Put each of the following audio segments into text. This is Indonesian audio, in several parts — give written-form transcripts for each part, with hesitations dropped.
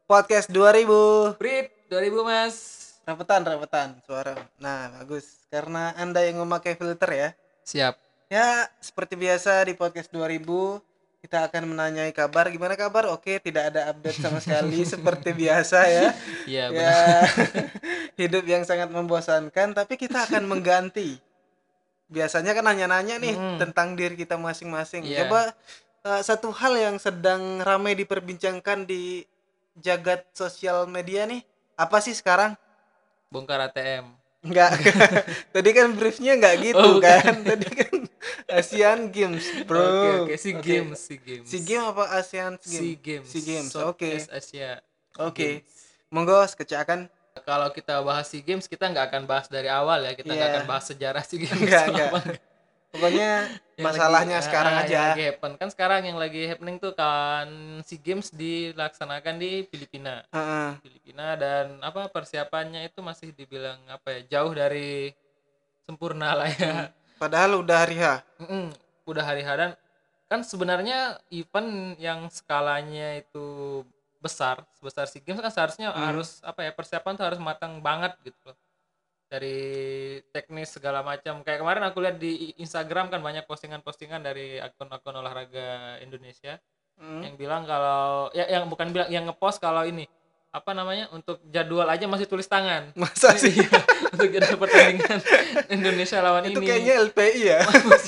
Podcast 2000. Prit 2000 mas. Rapetan suara. Nah, bagus. Karena Anda yang memakai filter ya. Siap. Ya, seperti biasa di podcast 2000 kita akan menanyai kabar. Gimana kabar? Oke, tidak ada update sama sekali seperti biasa ya. Iya Ya, benar. hidup yang sangat membosankan, tapi kita akan mengganti. Biasanya kan nanya-nanya nih tentang diri kita masing-masing. Iya. Coba satu hal yang sedang ramai diperbincangkan di jagat sosial media nih, apa sih sekarang? Bongkar ATM. Enggak. Tadi kan briefnya enggak gitu Oh, bukan. kan. Tadi kan Asian Games, bro. Oke, SEA Oke. Games, SEA Games. SEA Games apa Asian SEA Games? Games. SEA Games. Oke. Southeast Asia. Oke. Games. Monggo sekecaakan. Kalau kita bahas SEA Games, kita nggak akan bahas dari awal ya. Kita nggak Iya. akan bahas sejarah SEA Games. Enggak. Pokoknya masalahnya sekarang Yang aja. lagi happen. Kan sekarang yang lagi happening tuh kan SEA Games dilaksanakan di Filipina. Heeh. Filipina dan persiapannya itu masih dibilang jauh dari sempurna lah ya. Padahal udah hari H. Udah hari H dan kan sebenarnya event yang skalanya itu sebesar SEA Games kan seharusnya harus persiapan tuh harus matang banget gitu loh. Dari teknis segala macam. Kayak kemarin aku lihat di Instagram kan banyak postingan-postingan dari akun-akun olahraga Indonesia yang bilang kalau yang bukan bilang yang ngepost kalau ini untuk jadwal aja masih tulis tangan. Masa sih? Iya, untuk jadwal pertandingan Indonesia lawan Itu ini. kayaknya LPI ya.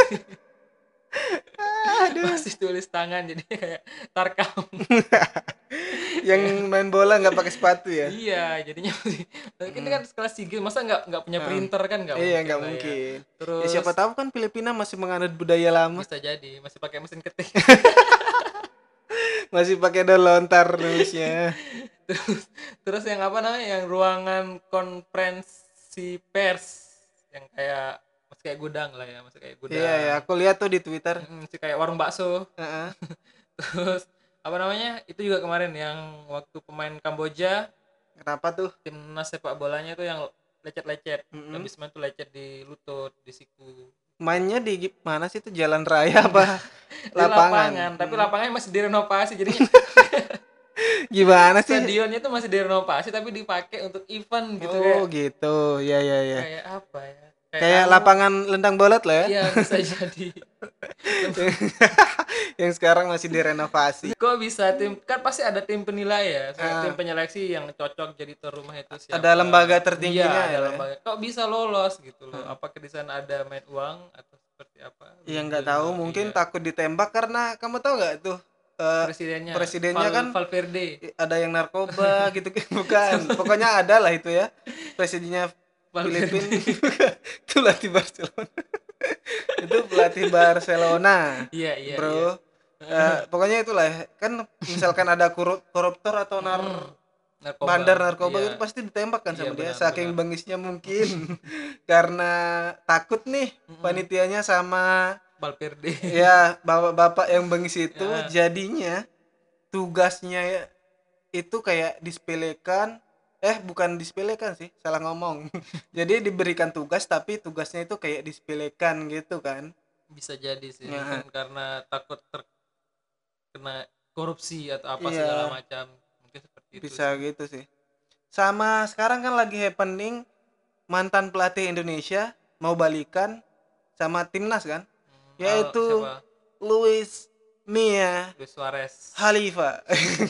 Masih tulis tangan jadi kayak tarkam. Yang main bola nggak pakai sepatu ya. Iya, jadinya masih. Ini kan kelas SEA Games, masa nggak punya printer kan nggak Iya, mungkin nggak lah mungkin. ya. Terus Ya siapa tahu kan Filipina masih menganut budaya lama. bisa jadi masih pakai mesin ketik. Masih pakai daun lontar nulisnya. terus yang yang ruangan konferensi pers yang masih kayak gudang lah ya, masih kayak gudang. Iya, ya, aku lihat tuh di Twitter. Masih kayak warung bakso. Heeh. Terus itu juga kemarin yang waktu pemain Kamboja, Kenapa tuh? timnas sepak bolanya tuh yang lecet-lecet. Habis main tuh lecet di lutut, di siku. Mainnya di mana sih, tuh jalan raya apa Di lapangan? tapi lapangannya masih direnovasi jadinya. Gimana sih? Stadionnya tuh masih direnovasi tapi dipakai untuk event gitu. Oh gitu, ya. Kayak apa ya? Kayak lapangan lendang bolot lah ya. Iya, bisa jadi. Yang sekarang masih direnovasi. Kok bisa kan pasti ada tim penilai ya, tim penyeleksi yang cocok jadi tuan rumah itu siapa? Ada lembaga tertingginya iya, ya. Ada lembaga. Kok bisa lolos gitu loh? Apakah di sana ada main uang atau seperti apa? Iya, nggak tahu, mungkin takut ditembak karena kamu tahu nggak tuh presidennya kan Valverde. Ada yang narkoba gitu kan, bukan. Pokoknya ada lah itu ya. Presidennya Filipina itu pelatih Barcelona. Itu pelatih Barcelona. Iya, bro. Iya. Pokoknya itulah kan, misalkan ada koruptor atau bandar narkoba itu pasti ditembak kan sama dia, saking bengisnya mungkin. Karena takut nih panitianya sama Valverde. Ya, bapak-bapak yang bengis itu jadinya tugasnya itu kayak disepelekan. Bukan disepelekan sih, salah ngomong. Jadi diberikan tugas tapi tugasnya itu kayak disepelekan gitu kan. Bisa jadi sih, mungkin karena takut terkena korupsi atau segala macam. Mungkin seperti itu. Bisa gitu sih. Sama sekarang kan lagi happening mantan pelatih Indonesia mau balikan sama timnas kan? Yaitu Luis Suarez Khalifa.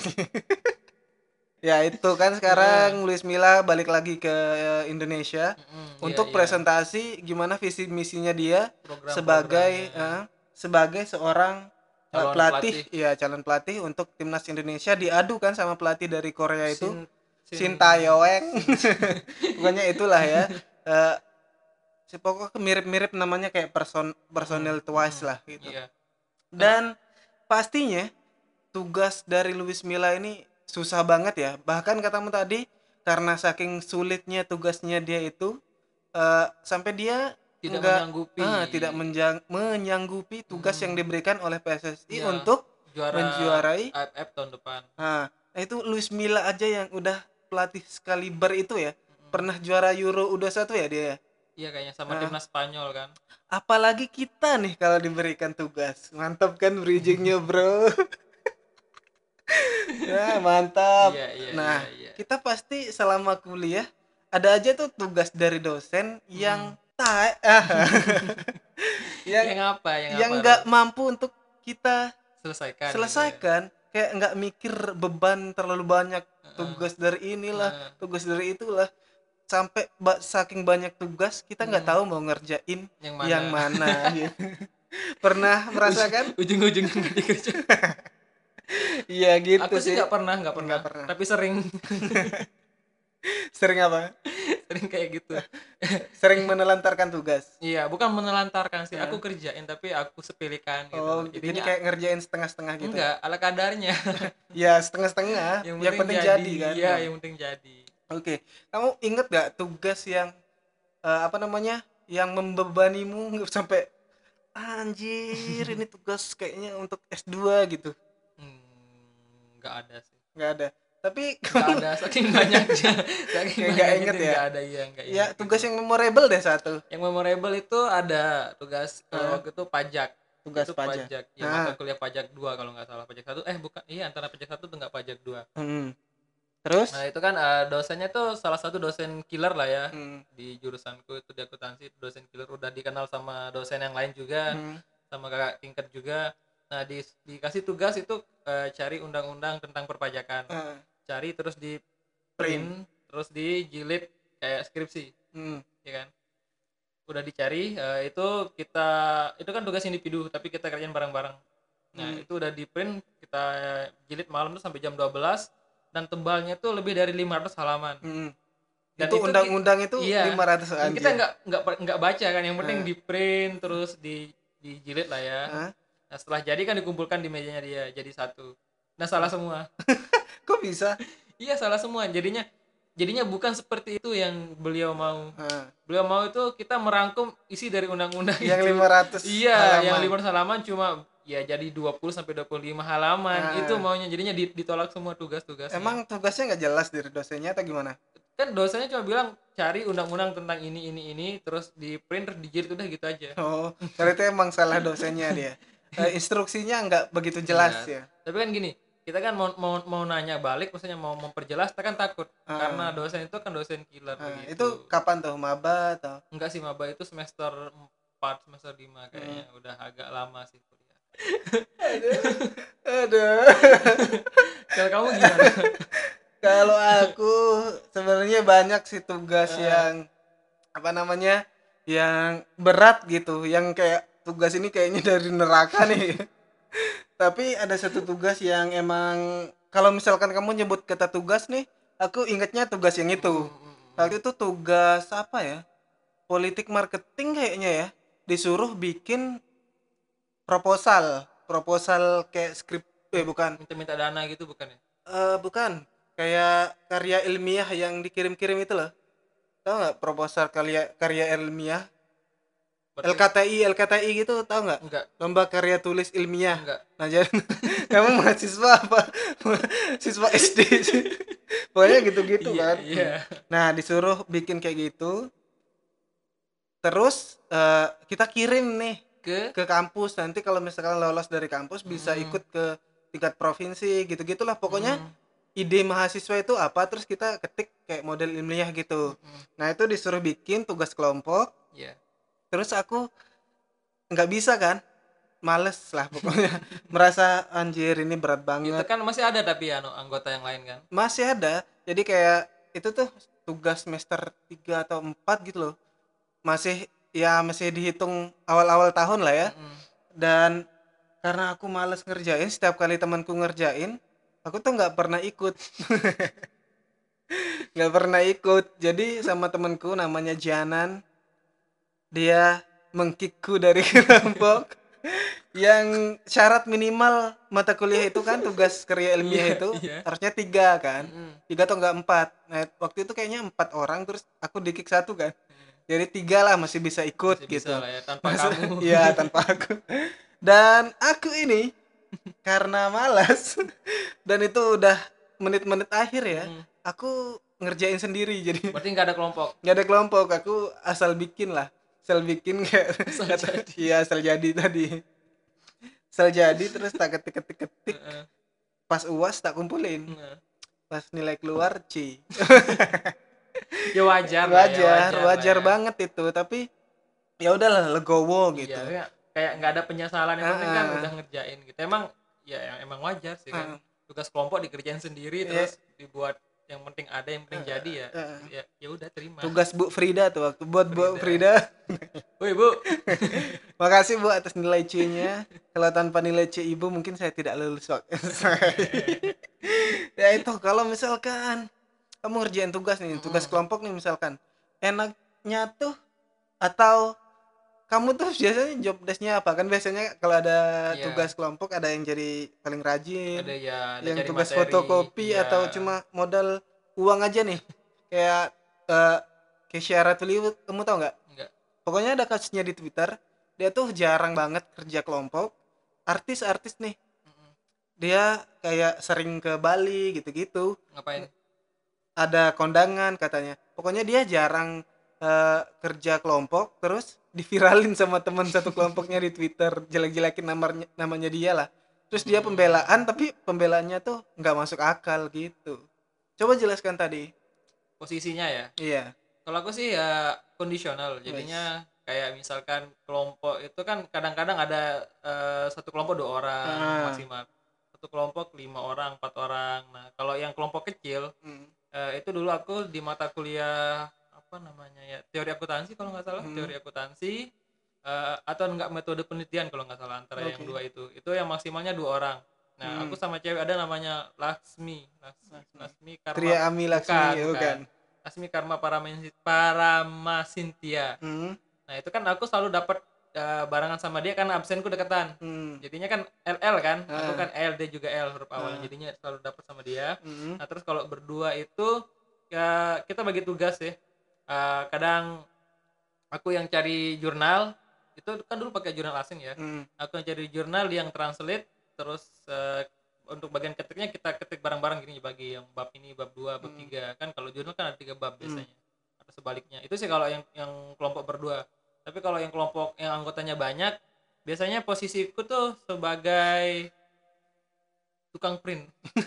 Ya itu kan sekarang Luis Milla balik lagi ke Indonesia untuk presentasi gimana visi misinya dia sebagai seorang pelatih, calon pelatih untuk timnas Indonesia, diadu kan sama pelatih dari Korea itu Shin Tae-yong. Pokoknya itulah ya. Pokoknya mirip-mirip namanya kayak personel twice lah gitu. Dan pastinya tugas dari Luis Milla ini susah banget ya. Bahkan katamu tadi karena saking sulitnya tugasnya dia itu sampai dia tidak menyanggupi tugas yang diberikan oleh PSSI untuk menjuarai AFF tahun depan. Nah, itu Luis Milla aja yang udah pelatih sekaliber itu ya. Pernah juara Euro U21 ya dia. Iya, kayaknya sama timnas Spanyol kan. Apalagi kita nih kalau diberikan tugas. Mantap kan bridgingnya, bro. Nah, mantap. Iya, iya, iya, Nah, iya. kita pasti selama kuliah ada aja tuh tugas dari dosen yang yang Yang apa? Yang yang apa, nggak Ros? mampu untuk kita Selesaikan gitu ya. selesaikan, kayak nggak mikir beban terlalu banyak, Heeh, tugas dari inilah, heeh. tugas dari itulah, sampai saking banyak tugas kita nggak Mm. tahu mau ngerjain Yang yang mana? mana gitu. Pernah merasakan? Ujung-ujungnya nggak dikerjain. Iya gitu Aku sih sih. nggak pernah, Nggak pernah. tapi sering Sering apa? sering kayak gitu. Sering menelantarkan tugas. Iya, bukan menelantarkan sih, aku Nah, kerjain tapi aku sepilikan gitu oh, loh. jadi Jadinya kayak ngerjain setengah-setengah gitu. enggak, ala kadarnya. Ya setengah-setengah. Yang Yang penting penting jadi, jadi kan. ya Nah, yang penting jadi. oke. Kamu inget gak tugas yang apa namanya? Yang membebanimu sampai anjir ini tugas kayaknya untuk S2 gitu. Nggak ada sih. Nggak ada. Tapi Nggak kamu ada, saking banyaknya. Saking kayak nggak banyak inget itu ya. nggak ada, iya, nggak Ya inget tugas gitu. yang memorable deh satu. Yang memorable itu ada tugas Hah? waktu itu pajak. Tugas Itu pajak. pajak. Ya mata Nah, kuliah pajak 2 kalau nggak salah. Pajak satu bukan. Iya, antara pajak satu tuh nggak pajak 2. Nah, terus? itu kan dosennya tuh salah satu dosen killer lah ya Hmm, di jurusanku itu di akuntansi. Dosen killer udah dikenal sama dosen yang lain juga, hmm, sama kakak tingkat juga. Nah, dikasih tugas itu cari undang-undang tentang perpajakan. ah, Cari terus di print. print, terus dijilid kayak skripsi, Hmm, ya kan? Udah dicari, itu kan tugas individu tapi kita kerjain bareng-bareng. Nah, hmm, itu udah di print, kita jilid malam tuh sampai jam 12 dan tebalnya tuh lebih dari 500 halaman. hmm. Dan Itu itu undang-undang itu iya. 500 Dan kita anjir. nggak baca kan, yang penting Nah, di print terus dijilid lah ya. ah, Nah, setelah jadi kan dikumpulkan di mejanya dia jadi satu. Nah, salah semua. kok bisa? Iya, salah semua. Jadinya bukan seperti itu yang beliau mau. Ah, Beliau mau itu kita merangkum isi dari undang-undang yang itu. 500 Iya, yang halaman. 500 halaman cuma ya jadi 20 sampai 25 halaman. Itu Ah, maunya, jadinya ditolak semua tugas-tugasnya. emang tugasnya nggak jelas dari dosennya atau gimana? Kan dosennya cuma bilang cari undang-undang tentang ini terus di print terus dijilid, udah gitu aja. Oh, berarti emang salah dosennya dia. Instruksinya nggak begitu jelas Iya. ya. Tapi kan gini, kita kan mau nanya balik, maksudnya mau memperjelas, kita kan takut karena Ah, dosen itu kan dosen killer itu begitu. kapan tuh maba atau? Enggak sih, maba itu semester 4 semester 5 Hmm. kayaknya, udah agak lama sih kuliah. Aduh, aduh. Kalau kamu gimana? Kalau aku sebenarnya banyak sih tugas Heeh. yang apa namanya, yang berat gitu, yang kayak tugas ini kayaknya dari neraka nih. Tapi ada satu tugas yang emang kalau misalkan kamu nyebut kata tugas nih, aku ingatnya tugas yang itu. Waktu itu tugas apa ya? Politik marketing kayaknya ya. Disuruh bikin proposal, proposal kayak skrip bukan. Minta-minta dana gitu bukan ya? Bukan. Kayak karya ilmiah yang dikirim-kirim itu loh. Tahu nggak proposal karya karya ilmiah? Berarti LKTI gitu tahu nggak? enggak, Lomba karya tulis ilmiah. enggak. Nah, jadi kamu mahasiswa apa? Siswa SD sih. Pokoknya gitu-gitu Iya, kan. iya. Nah, disuruh bikin kayak gitu. Terus kita kirim nih Ke ke kampus. Nanti kalau misalkan lolos dari kampus bisa mm, ikut ke tingkat provinsi gitu-gitulah. Pokoknya mm, ide mahasiswa itu apa, terus kita ketik kayak model ilmiah gitu. Nah, itu disuruh bikin tugas kelompok. iya. Terus aku nggak bisa kan, males lah pokoknya. Merasa anjir ini berat Itu banget. kan masih ada tapi ya anggota yang lain kan. Masih ada, jadi kayak itu tuh tugas semester 3 atau 4 gitu loh. Masih ya masih dihitung awal-awal tahun lah ya. Mm-mm. Dan karena aku males ngerjain, setiap kali temanku ngerjain aku tuh nggak pernah ikut. Nggak pernah ikut. Jadi sama temanku namanya Janan, dia mengkikku dari kelompok. Yang syarat minimal mata kuliah itu kan tugas karya ilmiah Iya, itu iya. harusnya 3 kan. Mm-mm. 3 atau enggak 4. Nah, waktu itu kayaknya 4 orang, terus aku dikik satu kan. Jadi 3 lah masih bisa ikut Masih bisa gitu. lah ya tanpa Masa kamu. iya tanpa aku. Dan aku ini karena malas dan itu udah menit-menit akhir ya, Mm-mm. aku ngerjain sendiri jadi Berarti nggak ada kelompok. nggak ada kelompok, aku asal bikin lah, asal bikin kayak Asal kata jadi. iya asal jadi tadi, asal jadi terus tak ketik ketik ketik Heeh. pas UAS tak kumpulin. Pas nilai keluar C. Ya wajar lah ya, wajar ya. banget itu, tapi ya udahlah legowo gitu. Iya, kayak nggak ada penyesalan, yang penting kan udah ngerjain gitu. Emang wajar sih kan. Tugas kelompok dikerjain sendiri terus dibuat, yang penting ada, yang penting jadi ya. Ya udah terima. Tugas Bu Frida tuh waktu buat Bu Frida. Woi Bu. Makasih Bu atas nilai C-nya. Kalau tanpa nilai C Ibu mungkin saya tidak lulus. Ya itu kalau misalkan kamu ngerjain tugas nih, tugas kelompok nih misalkan, enaknya tuh atau kamu tuh biasanya job desk-nya apa? Kan biasanya kalau ada tugas kelompok ada yang jadi paling rajin, ada yang tugas materi, fotokopi, atau cuma modal uang aja nih. Kayak Keisha Ratuli, kamu tau nggak? Enggak. Pokoknya ada kasusnya di Twitter, dia tuh jarang banget kerja kelompok, artis nih. Dia kayak sering ke Bali gitu-gitu. Ngapain? Ada kondangan katanya. Pokoknya dia jarang kerja kelompok, terus diviralin sama teman satu kelompoknya di Twitter, jelek-jelekin namanya dia lah. Terus dia pembelaan, tapi pembelaannya tuh nggak masuk akal gitu. Coba jelaskan tadi. Posisinya ya? Iya. Kalau aku sih ya kondisional. Jadinya kayak misalkan kelompok itu kan kadang-kadang ada satu kelompok 2 orang maksimal. Satu kelompok 5 orang, 4 orang. Nah, kalau yang kelompok kecil itu dulu aku di mata kuliah apa namanya ya, teori akuntansi kalau nggak salah, teori akuntansi atau enggak metode penelitian kalau nggak salah, antara yang dua itu yang maksimalnya 2 orang. Nah, aku sama cewek ada namanya Laksmi Karma, Tria Ami Laksmi, bukan. Laksmi Karma Paramasintia. Nah, itu kan aku selalu dapat barengan sama dia karena absenku deketan. Jadinya kan LL kan, aku kan L, dia juga L huruf awalnya. Jadinya selalu dapat sama dia. Nah, terus kalau berdua itu ya kita bagi tugas ya. Kadang aku yang cari jurnal, itu kan dulu pakai jurnal asing ya. Aku yang cari jurnal, yang translate, terus untuk bagian ketiknya kita ketik bareng-bareng gini, bagi yang bab ini, bab 2, bab 3. Kan kalau jurnal kan ada 3 bab biasanya. Atau sebaliknya. Itu sih kalau yang kelompok berdua. Tapi kalau yang kelompok yang anggotanya banyak, biasanya posisiku tuh sebagai tukang print.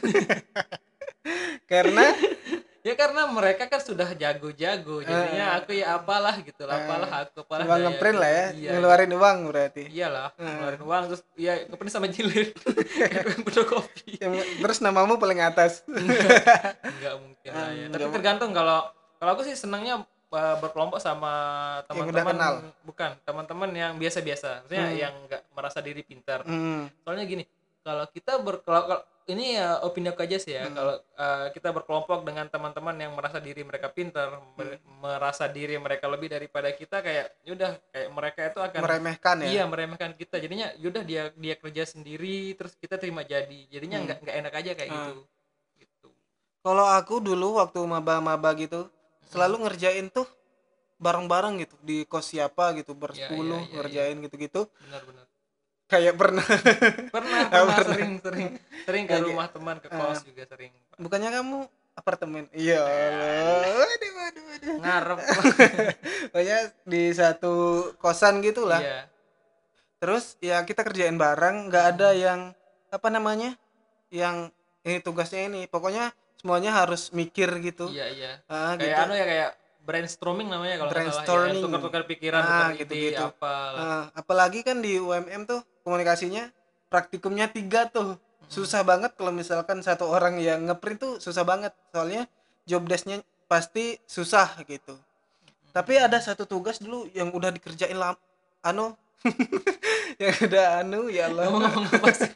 Karena ya karena mereka kan sudah jago-jago, jadinya aku ya apalah gitu lah, apalah cuma ngeprint lah ya, ngeluarin uang berarti. Iyalah, ngeluarin uang, terus ya ngeprint sama jilid. Kayak fotokopi. Terus namamu paling atas. Enggak mungkin lah ya. Tapi tergantung, kalau aku sih senangnya berkelompok sama teman-teman, bukan teman-teman yang biasa-biasa, maksudnya yang nggak merasa diri pintar. Soalnya gini, kalau kita ini ya opini aku aja sih ya, kalau kita berkelompok dengan teman-teman yang merasa diri mereka pintar, merasa diri mereka lebih daripada kita, kayak yaudah, kayak mereka itu akan meremehkan ya. Iya, meremehkan kita. Jadinya yaudah, dia kerja sendiri terus kita terima jadi. Jadinya nggak enak aja kayak gitu. Kalau aku dulu waktu maba gitu, selalu ngerjain tuh bareng-bareng gitu di kos siapa gitu, bersepuluh ngerjain gitu-gitu. Benar. Kayak pernah sering ke rumah teman, ke kos juga sering. Bukannya kamu apartemen? Iya. Waduh. Ngarep. Pokoknya di satu kosan gitulah. Iya. Terus ya kita kerjain bareng, nggak ada yang apa namanya, yang ini tugasnya ini. Pokoknya semuanya harus mikir gitu. Iya. Kayak gitu. Kayak brainstorming namanya kalau nggak salah ya, tukar-tukar pikiran, tukar ide apa. Apalagi kan di UMM tuh komunikasinya praktikumnya 3 tuh. Susah banget kalau misalkan satu orang yang ngeprint tuh susah banget. Soalnya job desk-nya pasti susah gitu. Tapi ada satu tugas dulu yang udah dikerjain yang udah ya Allah. Ngomong apa sih?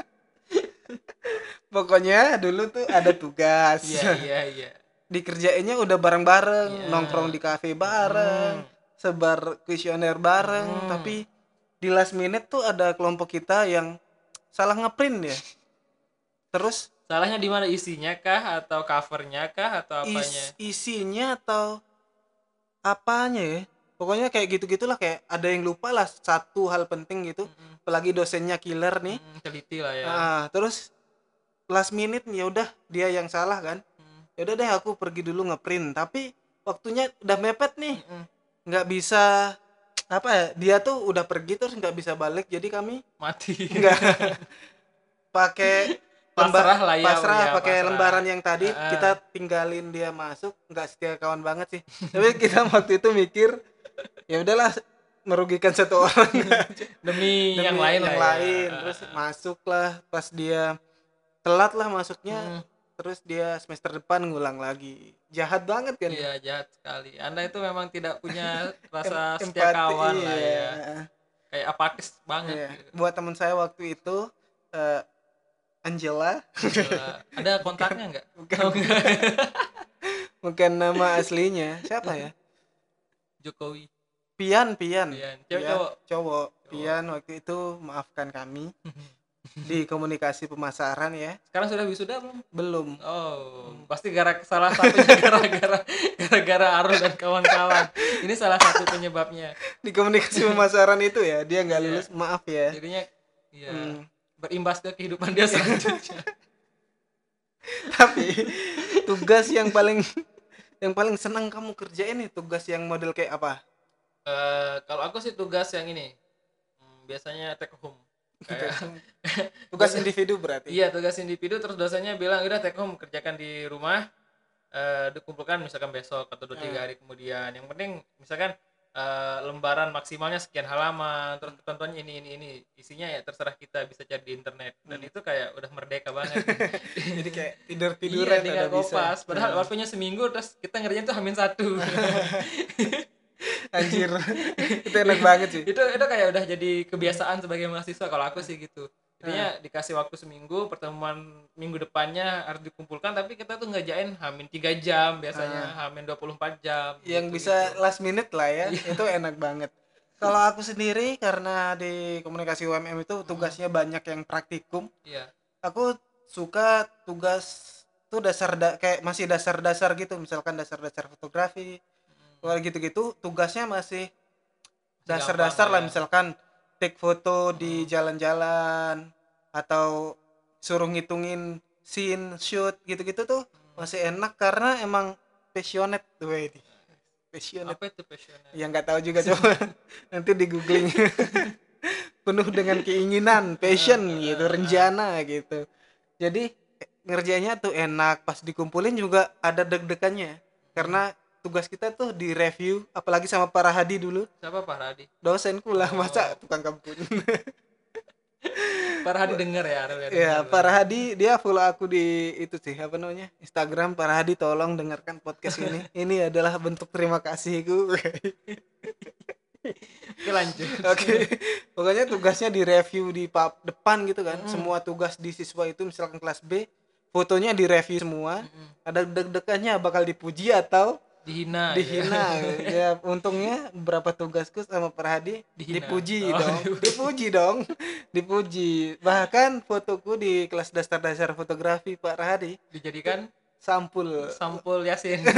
Pokoknya dulu tuh ada tugas. Iya. Dikerjainnya udah bareng-bareng, nongkrong di kafe bareng, sebar kuesioner bareng, tapi di last minute tuh ada kelompok kita yang salah ngeprint ya. Terus salahnya di mana, isinya kah atau covernya kah atau apanya? Isinya atau apanya ya? Pokoknya kayak gitu-gitulah, kayak ada yang lupa lah satu hal penting gitu. Apalagi dosennya killer nih. Teliti lah ya. Terus last minute ya udah dia yang salah kan. Ya udah deh aku pergi dulu ngeprint, tapi waktunya udah mepet nih. Nggak bisa apa ya, dia tuh udah pergi terus nggak bisa balik, jadi kami mati. Nggak pakai pasrah lah ya, pasrah ya pakai pasrah. lembaran yang tadi kita tinggalin dia masuk, nggak setia kawan banget sih. Tapi kita waktu itu mikir ya udahlah, merugikan satu orang demi yang demi lain yang lah ya. lain. Terus masuklah, pas dia telat lah masuknya, Mm, terus dia semester depan ngulang lagi. Jahat banget kan ya. iya jahat sekali. Anda itu memang tidak punya rasa setia Empati, kawan lah iya. ya. Kayak apatis banget Iya. gitu. Buat teman saya waktu itu eh, Angela. Angela. Ada kontaknya nggak? bukan Oh, enggak. bukan nama aslinya. Siapa ya? Jokowi. Pian, Pian. Pian. Cewek Pian, cowok. cowok. Cowok. Pian waktu itu maafkan kami di komunikasi pemasaran ya. Sekarang sudah wisuda belum? Belum. Oh, pasti salah satunya gara-gara Arul dan kawan-kawan. Ini salah satu penyebabnya. Di komunikasi pemasaran itu ya, dia nggak Iya. lulus, maaf ya. Jadinya iya, berimbas ke kehidupan dia selanjutnya. Tapi tugas yang paling senang kamu kerjain nih, tugas yang model kayak apa? Kalau aku sih tugas yang ini biasanya take home. Kayak Tugas individu berarti. iya, tugas individu, terus dosennya bilang udah take home, kerjakan di rumah, dikumpulkan misalkan besok atau 2-3 hari kemudian. Yang penting misalkan lembaran maksimalnya sekian halaman, terus ketentuannya ini isinya ya terserah kita, bisa cari di internet, dan itu kayak udah merdeka banget. Jadi kayak tiduran Iya, tinggal udah bisa. kopas. Padahal waktunya seminggu, terus kita ngerjain tuh H-1. Anjir. Itu enak banget sih. itu kayak udah jadi kebiasaan sebagai mahasiswa kalau aku sih gitu. Jadinya dikasih waktu seminggu, pertemuan minggu depannya harus dikumpulkan, tapi kita tuh ngerjain H-3 jam biasanya, H-24 jam. Yang gitu, bisa gitu. last minute lah ya. Itu enak banget. Kalau aku sendiri karena di komunikasi UMM itu tugasnya banyak yang praktikum. Iya. Aku suka tugas tuh kayak masih dasar-dasar gitu, misalkan dasar-dasar fotografi. Kalau gitu-gitu tugasnya masih dasar-dasar lah, misalkan take foto di jalan-jalan atau suruh ngitungin scene shoot gitu-gitu tuh masih enak karena emang passionate tuh ini. Passionate. Apa itu passionate? Ya nggak tahu juga, coba nanti di googling. Penuh dengan keinginan, passion gitu, rencana gitu. Jadi ngerjainnya tuh enak, pas dikumpulin juga ada deg-degannya karena tugas kita tuh di review, apalagi sama Pak Rahadi dulu. Siapa Pak Rahadi? Dosenku lah, masa tukang kebun. Pak Rahadi denger ya, Arul ya. Ya, Pak Rahadi dia follow aku di itu sih, apa namanya? Instagram. Pak Rahadi, tolong dengarkan podcast ini. Ini adalah bentuk terima kasihku. Oke, lanjut. Oke. Pokoknya tugasnya di review di depan gitu kan. Semua tugas di siswa itu misalkan kelas B, fotonya di review semua. Ada deg-degannya bakal dipuji atau Dihina. Ya, untungnya beberapa tugasku sama Perhadi dipuji dong. Dipuji. Bahkan fotoku di kelas dasar fotografi Pak Rahadi dijadikan sampul Yasin.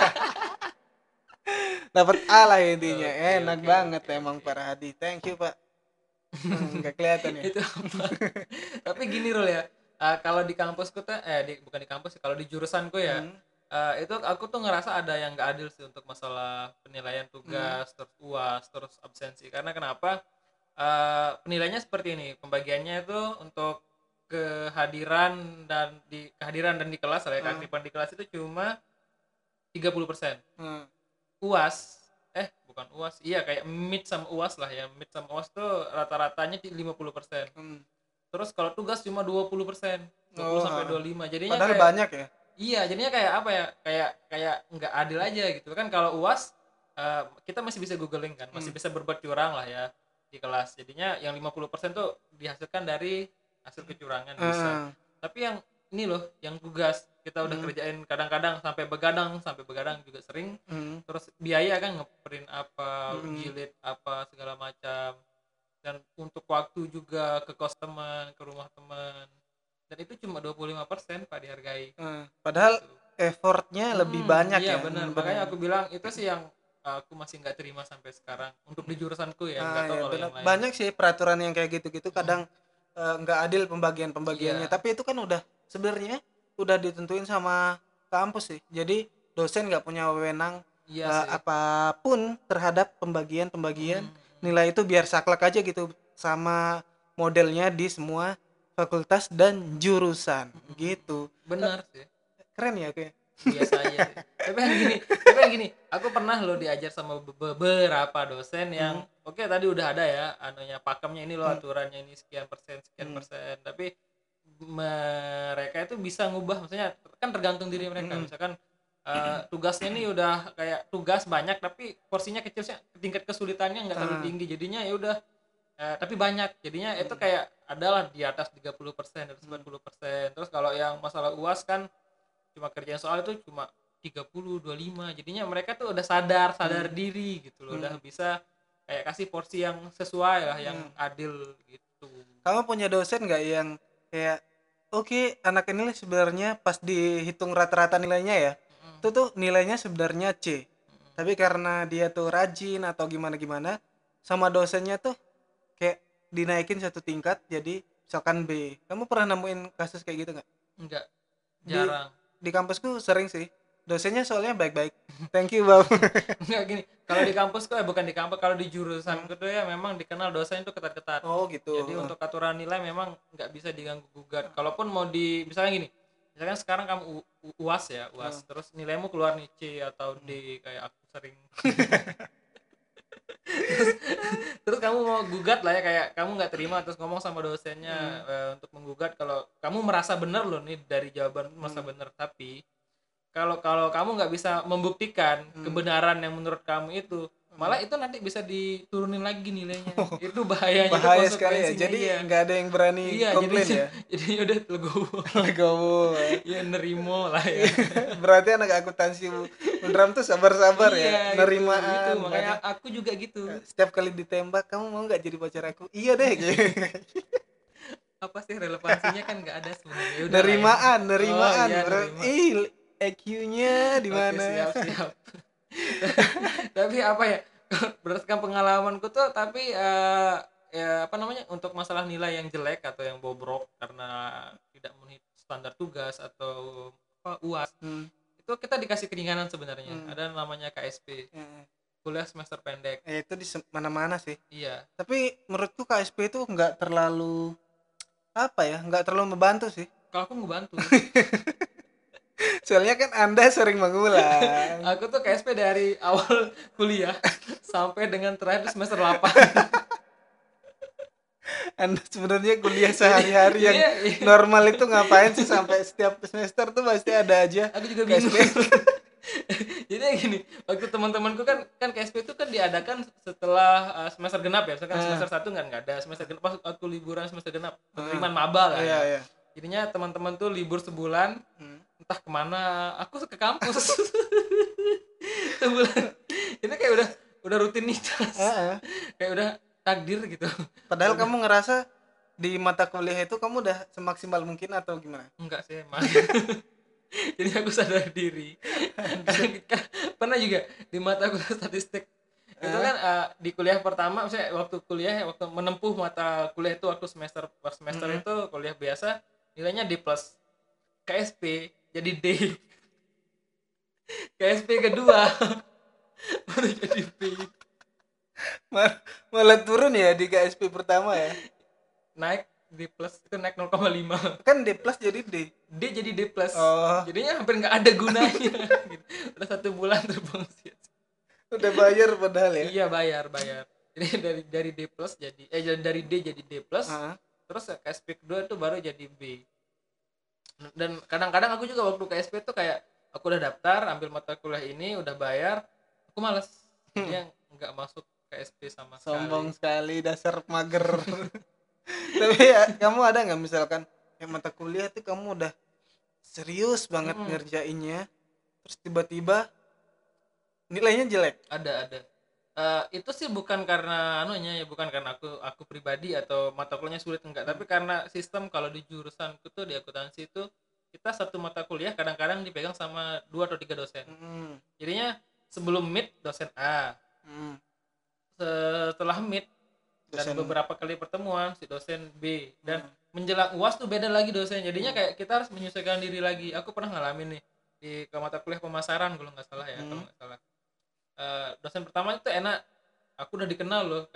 Dapat A lah intinya. Enak banget emang Pak Rahadi. Thank you, Pak. Enggak kelihatan ya. Itu apa? Tapi gini Rul ya. Kalau di kampusku tuh bukan di kampus, kalau di jurusanku ya. Itu aku tuh ngerasa ada yang nggak adil sih untuk masalah penilaian tugas, terus UAS, terus absensi. Karena kenapa? Penilaiannya seperti ini, pembagiannya itu untuk kehadiran dan di kelas, keaktifan di kelas itu cuma 30%. UAS bukan UAS, iya kayak mid sama UAS lah ya. Mid sama UAS tuh rata-ratanya 50%. Terus kalau tugas cuma 20%, 20 sampai 25. Jadinya padahal kayak, banyak ya. iya, jadinya kayak apa ya? Kayak nggak adil aja gitu kan. Kalau UAS kita masih bisa googling kan, masih bisa berbuat curang lah ya di kelas. Jadinya yang 50% tuh dihasilkan dari hasil kecurangan bisa. Tapi yang ini loh, yang tugas kita udah kerjain kadang-kadang sampai begadang juga sering. Terus biaya kan ngeprint apa, jilid apa segala macam. Dan untuk waktu juga ke kos teman, ke rumah teman. Dan itu cuma 25% Pak dihargai. Padahal gitu. Effortnya lebih banyak iya, ya. Benar. Makanya aku bilang itu sih yang aku masih nggak terima sampai sekarang untuk di jurusanku ya. Nggak tahu ya, kalau yang lain. Banyak sih peraturan yang kayak gitu-gitu kadang nggak adil pembagiannya. Tapi itu kan udah sebenarnya udah ditentuin sama kampus sih. Jadi dosen nggak punya wewenang apapun terhadap pembagian nilai itu, biar saklek aja gitu sama modelnya di semua fakultas dan jurusan gitu. Benar sih. Keren ya kayak. Biasa aja sih. Tapi yang gini, aku pernah loh diajar sama beberapa dosen yang oke, tadi udah ada ya anunya pakemnya, ini loh aturannya, ini sekian persen tapi mereka itu bisa ngubah, maksudnya kan tergantung diri mereka. Misalkan tugasnya nih udah kayak tugas banyak tapi porsinya kecil sih, tingkat kesulitannya nggak terlalu tinggi, jadinya ya udah tapi banyak, jadinya itu kayak adalah di atas 30%, di atas 40%. Terus kalau yang masalah UAS kan cuma kerjaan soal itu cuma 30-25, jadinya mereka tuh udah sadar diri gitu loh, udah bisa kayak kasih porsi yang sesuai lah, yang adil gitu. Kamu punya dosen nggak yang kayak oke, anak ini sebenarnya pas dihitung rata-rata nilainya ya, itu tuh nilainya sebenarnya C, tapi karena dia tuh rajin atau gimana-gimana, sama dosennya tuh kayak dinaikin satu tingkat jadi misalkan B. Kamu pernah nemuin kasus kayak gitu nggak? Enggak, Di jarang. di kampusku sering sih. Dosennya soalnya baik-baik. Thank you, Bang. Enggak, gini, kalau di kampus tuh bukan di kampus, kalau di jurusan tuh ya memang dikenal dosen itu ketat-ketat. Oh gitu. Jadi untuk aturan nilai memang nggak bisa diganggu gugat. Kalaupun mau misalnya gini, misalkan sekarang kamu UAS ya, UAS, terus nilaimu keluar nih C atau D kayak aku sering. terus kamu mau gugat lah ya, kayak kamu nggak terima, terus ngomong sama dosennya untuk menggugat kalau kamu merasa benar loh nih dari jawaban merasa benar, tapi kalau kalau kamu nggak bisa membuktikan kebenaran yang menurut kamu itu, malah itu nanti bisa diturunin lagi nilainya. Itu bahayanya, Bahaya itu sekali ya. konsekuensinya. Jadi Iya. nggak ada yang berani Iya, komplain ya. jadi udah legowo. Legowo. Ya nerimo lah ya. Berarti anak akuntansi Undram tuh sabar-sabar Iya, ya, nerimaan. gitu. Makanya aku juga gitu. Setiap kali ditembak, kamu mau nggak jadi pacar aku? Iya deh. Apa sih relevansinya, kan nggak ada sebenarnya. Nerimaan. Oh, iya, nerima. EQ-nya di mana? Oke, siap. Tapi apa ya? Berdasarkan pengalamanku tuh, tapi ya apa namanya, untuk masalah nilai yang jelek atau yang bobrok karena tidak memenuhi standar tugas atau apa UAS, itu kita dikasih keringanan sebenarnya. Ada namanya KSP, kuliah semester pendek. Itu di mana-mana sih. Iya. Tapi menurutku KSP itu nggak terlalu nggak terlalu membantu sih. Kalau aku ngebantu. Soalnya kan Anda sering mengulang. Aku tuh KSP dari awal kuliah sampai dengan terakhir semester 8. Anda sebenarnya kuliah sehari-hari yang normal itu ngapain sih sampai setiap semester tuh pasti ada aja. Aku juga bingung. Jadi gini, waktu teman-temanku kan KSP itu kan diadakan setelah semester genap ya. Misalkan semester 1 nggak ada, semester genap pas aku liburan semester genap, penerimaan maba lah ya. Iya. Jadinya teman-teman tuh libur sebulan, entah kemana, aku ke kampus. Sebulan. Ini kayak udah rutinitas. Kayak udah takdir gitu. Padahal kamu ngerasa di mata kuliah itu kamu udah semaksimal mungkin atau gimana? Enggak sih, emang. Jadi aku sadar diri. Pernah juga di mata kuliah statistik. Itu kan di kuliah pertama, misalnya waktu kuliah, waktu menempuh mata kuliah itu waktu semester itu kuliah biasa, nilainya D+. KSP jadi D. KSP kedua baru jadi B. Malah turun ya di KSP pertama ya. Naik D+ itu naik 0,5. Kan D+ jadi D. D jadi D+. Oh. Jadinya hampir nggak ada gunanya gitu. Udah 1 bulan terbang sih. Udah bayar padahal ya. Iya, bayar. Jadi dari D+ jadi dari D jadi D+. Terus KSP kedua itu baru jadi B. Dan kadang-kadang aku juga waktu KSP tuh kayak aku udah daftar ambil mata kuliah ini, udah bayar, aku malas. Jadinya nggak masuk KSP sama sekali. Sombong sekali, dasar mager. Tapi ya, kamu ada nggak misalkan mata kuliah tuh kamu udah serius banget ngerjainnya, terus tiba-tiba nilainya jelek? Ada. Itu sih bukan karena bukan karena aku pribadi atau mata kuliahnya sulit, enggak, tapi karena sistem. Kalau di jurusanku tuh di akuntansi itu kita satu mata kuliah kadang-kadang dipegang sama 2 atau 3 dosen. Jadinya sebelum mid dosen A, setelah mid dan beberapa kali pertemuan si dosen B, dan menjelang UAS tuh beda lagi dosen. Jadinya kayak kita harus menyesuaikan diri lagi. Aku pernah ngalamin nih di mata kuliah pemasaran kalau nggak salah ya, kalau nggak salah. Dosen pertama itu enak, aku udah dikenal loh, kayak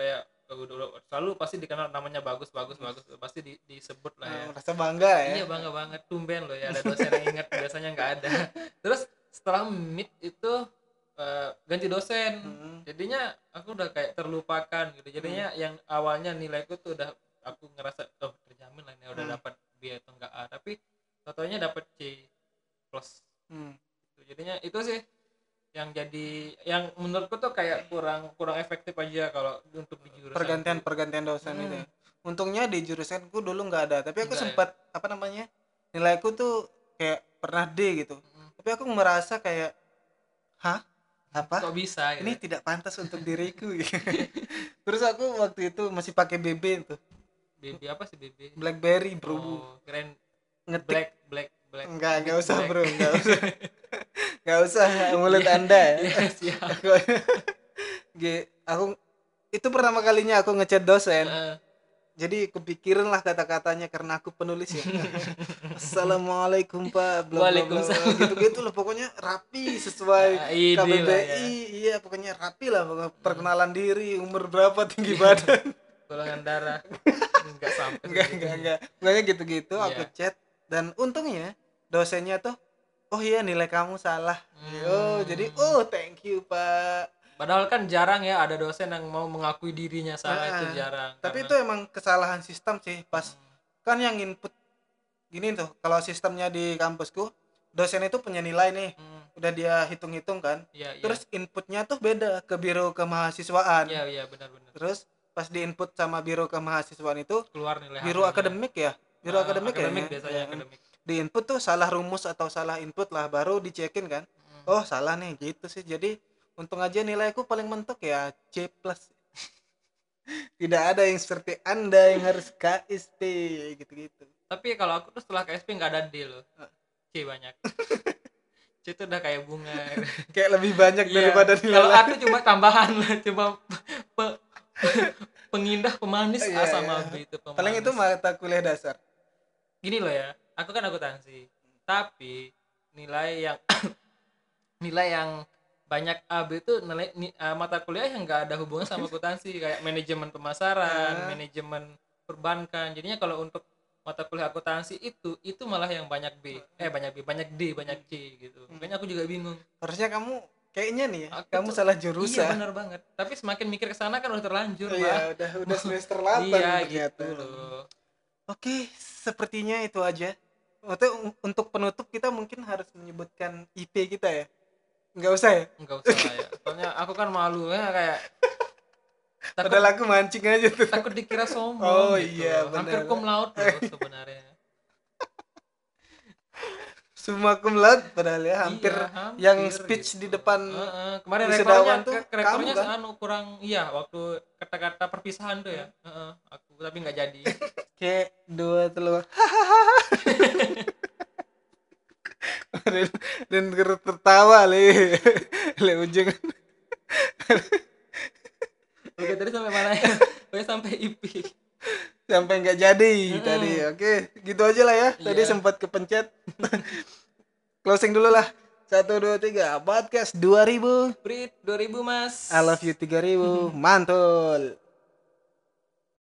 selalu pasti dikenal namanya bagus pasti disebut lah ya. Merasa bangga ya. Iya, bangga banget, tumben loh ya ada dosen yang ingat, biasanya nggak ada. Terus setelah meet itu ganti dosen, jadinya aku udah kayak terlupakan gitu. Jadinya yang awalnya nilaiku tuh udah aku ngerasa terjamin lah ini udah dapat B atau enggak A, tapi totalnya dapat C plus. Jadinya itu sih yang jadi yang menurutku tuh kayak kurang efektif aja kalau untuk di jurusan pergantian dosen itu ya. Untungnya di jurusanku dulu nggak ada, tapi aku sempat ya? Nilaiku tuh kayak pernah D gitu. Tapi aku merasa kayak apa? Kok bisa gitu? Ini tidak pantas untuk diriku gitu. Terus aku waktu itu masih pakai BB itu. BB apa sih BB? BlackBerry, bro. Keren. Ngetik Black. Enggak usah, bro, enggak usah. Enggak usah mulut Anda ya. Siap. Aku itu pertama kalinya aku ngechat dosen. Jadi kepikiran lah kata-katanya karena aku penulis ya. Assalamualaikum Pak, bla bla bla. Gitu-gitu lah, pokoknya rapi sesuai KBBI. Iya, pokoknya rapi lah, perkenalan diri, umur berapa, tinggi badan, golongan darah. Enggak sampai. Enggak. Pokoknya gitu-gitu aku chat, dan untungnya dosennya tuh iya nilai kamu salah. Jadi thank you Pak. Padahal kan jarang ya ada dosen yang mau mengakui dirinya salah, itu jarang. Tapi itu emang kesalahan sistem sih, pas kan yang input gini tuh, kalau sistemnya di kampusku dosen itu punya nilai nih, udah dia hitung-hitung kan, terus inputnya tuh beda ke biro kemahasiswaan. Iya benar. Terus pas diinput sama biro kemahasiswaan itu keluar nilai biro akademik ya, akademik biasanya akademik. Diinput tuh salah rumus atau salah input lah, baru dicekin kan, salah nih gitu sih. Jadi untung aja nilaiku paling mentok ya C plus. Tidak ada yang seperti Anda yang harus KSP gitu-gitu. Tapi kalau aku tuh setelah KSP nggak ada D loh, C banyak. C itu udah kayak bunga. Kayak lebih banyak daripada nilai. Kalau aku cuma tambahan lah, cuma pengindah, pemanis A sama B itu pemanis. Paling itu mata kuliah dasar. Gini loh ya, aku kan akuntansi, tapi nilai yang banyak A B itu mata kuliah yang nggak ada hubungan sama akuntansi, kayak manajemen pemasaran, manajemen perbankan. Jadinya kalau untuk mata kuliah akuntansi itu malah yang banyak D, banyak C gitu. Makanya aku juga bingung. Harusnya kamu kayaknya nih ya, kamu salah jurusan. Iya benar banget. Tapi semakin mikir ke sana kan udah terlanjur, Iya, udah semester 8 iya gitu loh. Oke, sepertinya itu aja. Untuk penutup kita mungkin harus menyebutkan IP kita ya. Enggak usah ya? Enggak usah lah ya. Soalnya aku kan malu ya, kayak padahal aku mancing aja tuh. Takut dikira sombong gitu. Iya benar. Hampir cum laude loh sebenarnya. Semua cum laude padahal ya, hampir yang speech gitu. Di depan kemarin rektornya kan? Kurang waktu kata-kata perpisahan tuh ya. Aku tapi nggak jadi. Kayak dua telur. dan tertawa le ujung. Oke, tadi sampai mana ya? Sampai IP. Sampai nggak jadi tadi. Oke, gitu aja lah ya. Tadi sempat kepencet. Closing dulu lah. 1, 2, 3. Podcast 2000. Brit 2000 mas. I love you 3000. Mantul.